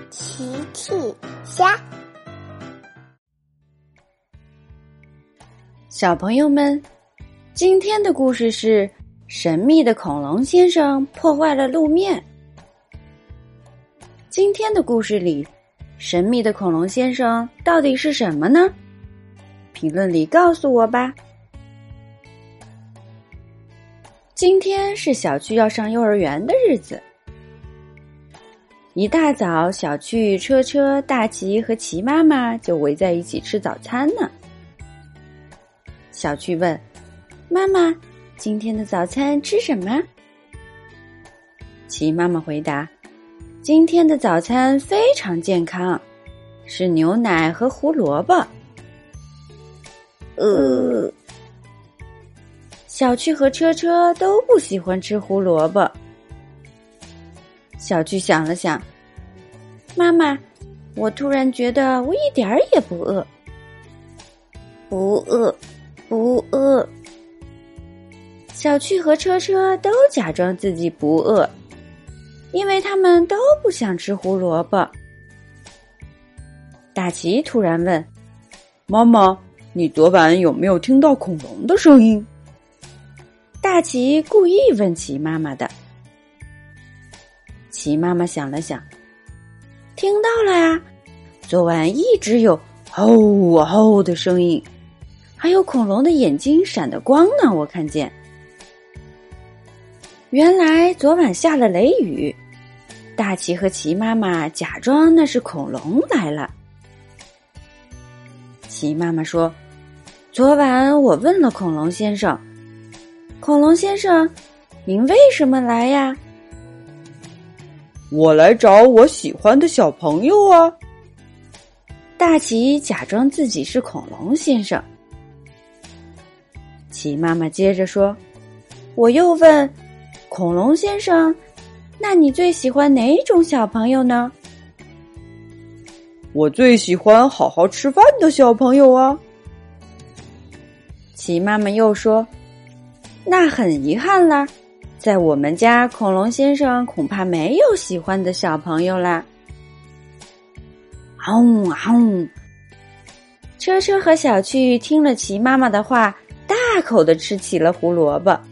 奇趣虾。 小朋友们，今天的故事是神秘的恐龙先生破坏了路面。今天的故事里，神秘的恐龙先生到底是什么呢？评论里告诉我吧。今天是小趣要上幼儿园的日子。一大早，小趣、车车、大奇和奇妈妈就围在一起吃早餐呢。小趣问：“妈妈，今天的早餐吃什么？”奇妈妈回答：“今天的早餐非常健康，是牛奶和胡萝卜。”小趣和车车都不喜欢吃胡萝卜。小趣想了想，妈妈，我突然觉得我一点儿也不饿。不饿。小趣和车车都假装自己不饿，因为他们都不想吃胡萝卜。大奇突然问：“ 妈妈，你昨晚有没有听到恐龙的声音？” 大奇故意问奇妈妈的。奇妈妈想了想，听到了呀，昨晚一直有吼吼的声音，还有恐龙的眼睛闪的光呢，我看见。原来昨晚下了雷雨，大奇和奇妈妈假装那是恐龙来了。奇妈妈说：“昨晚我问了恐龙先生，恐龙先生，您为什么来呀？”“ 我来找我喜欢的小朋友啊。” 大奇假装自己是恐龙先生。奇妈妈接着说：“我又问恐龙先生，那你最喜欢哪种小朋友呢？”“ 我最喜欢好好吃饭的小朋友啊。” 奇妈妈又说：“那很遗憾啦，在我们家恐龙先生恐怕没有喜欢的小朋友啦。”车车和小趣听了奇妈妈的话，大口的吃起了胡萝卜。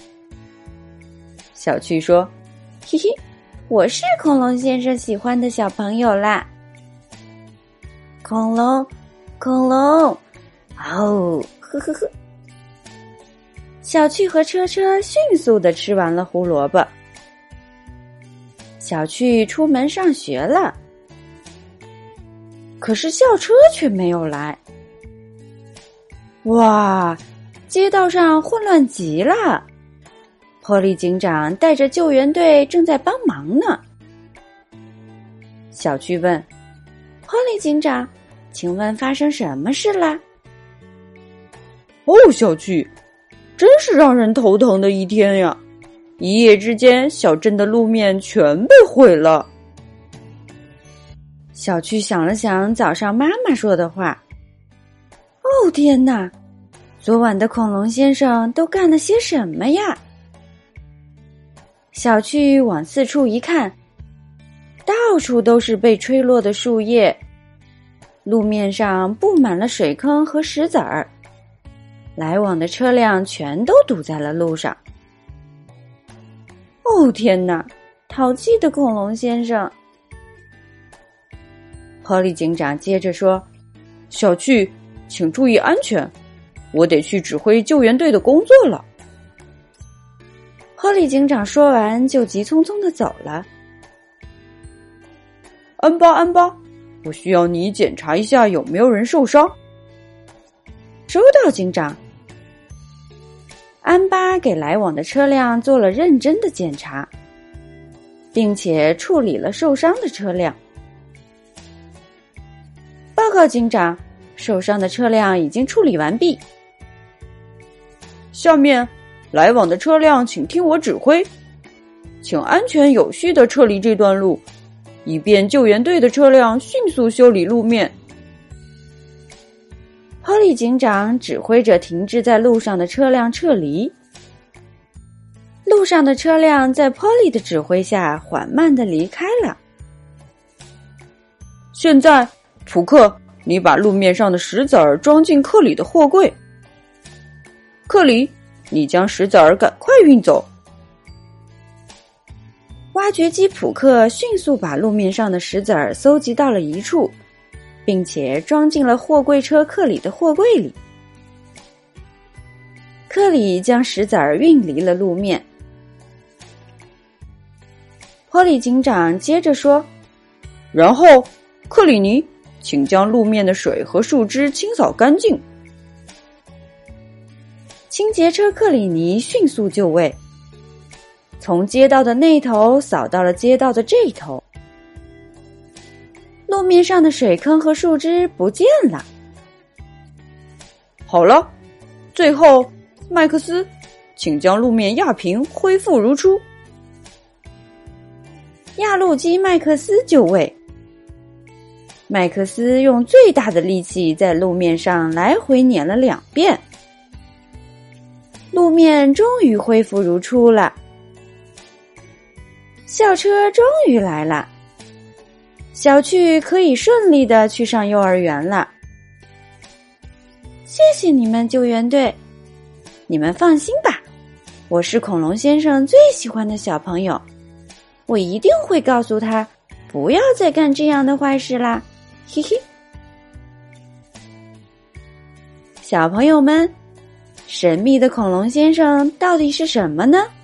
小趣说：“嘿嘿，我是恐龙先生喜欢的小朋友啦。”恐龙，哦，呵呵呵。小趣和车车迅速地吃完了胡萝卜。小趣出门上学了，可是校车却没有来。哇，街道上混乱极了！波利警长带着救援队正在帮忙呢。小趣问：“波利警长，请问发生什么事啦？”“ 哦，小趣，真是让人头疼的一天呀！一夜之间，小镇的路面全被毁了。” 小趣想了想早上妈妈说的话。哦，天哪！昨晚的恐龙先生都干了些什么呀？小趣往四处一看，到处都是被吹落的树叶，路面上布满了水坑和石子儿，来往的车辆全都堵在了路上。哦，天哪！淘气的恐龙先生！波利警长接着说：“ 小趣，请注意安全，我得去指挥救援队的工作了。” 波利警长说完就急匆匆地走了。 “安巴，我需要你检查一下有没有人受伤。”“ 收到，警长。”安巴给来往的车辆做了认真的检查，并且处理了受伤的车辆。“报告警长，受伤的车辆已经处理完毕。”“ 下面来往的车辆请听我指挥，请安全有序地撤离这段路，以便救援队的车辆迅速修理路面。” 波利警长指挥着停滞在路上的车辆撤离。路上的车辆在波利的指挥下缓慢地离开了。 现在，扑克，你把路面上的石子儿装进克里的货柜。克里，你将石子儿赶快运走。 挖掘机扑克迅速把路面上的石子儿搜集到了一处，并且装进了货柜车克里的货柜里。克里将石子儿运离了路面。波利警长接着说：“ 然后，克里尼，请将路面的水和树枝清扫干净。” 清洁车克里尼迅速就位，从街道的那头扫到了街道的这头。路面上的水坑和树枝不见了。 好了，最后，麦克斯，请将路面压平，恢复如初。 压路机麦克斯就位。麦克斯用最大的力气在路面上来回碾了2遍，路面终于恢复如初了。校车终于来了，小趣可以顺利的去上幼儿园了。谢谢你们，救援队，你们放心吧，我是恐龙先生最喜欢的小朋友，我一定会告诉他不要再干这样的坏事啦，嘿嘿。小朋友们，神秘的恐龙先生到底是什么呢？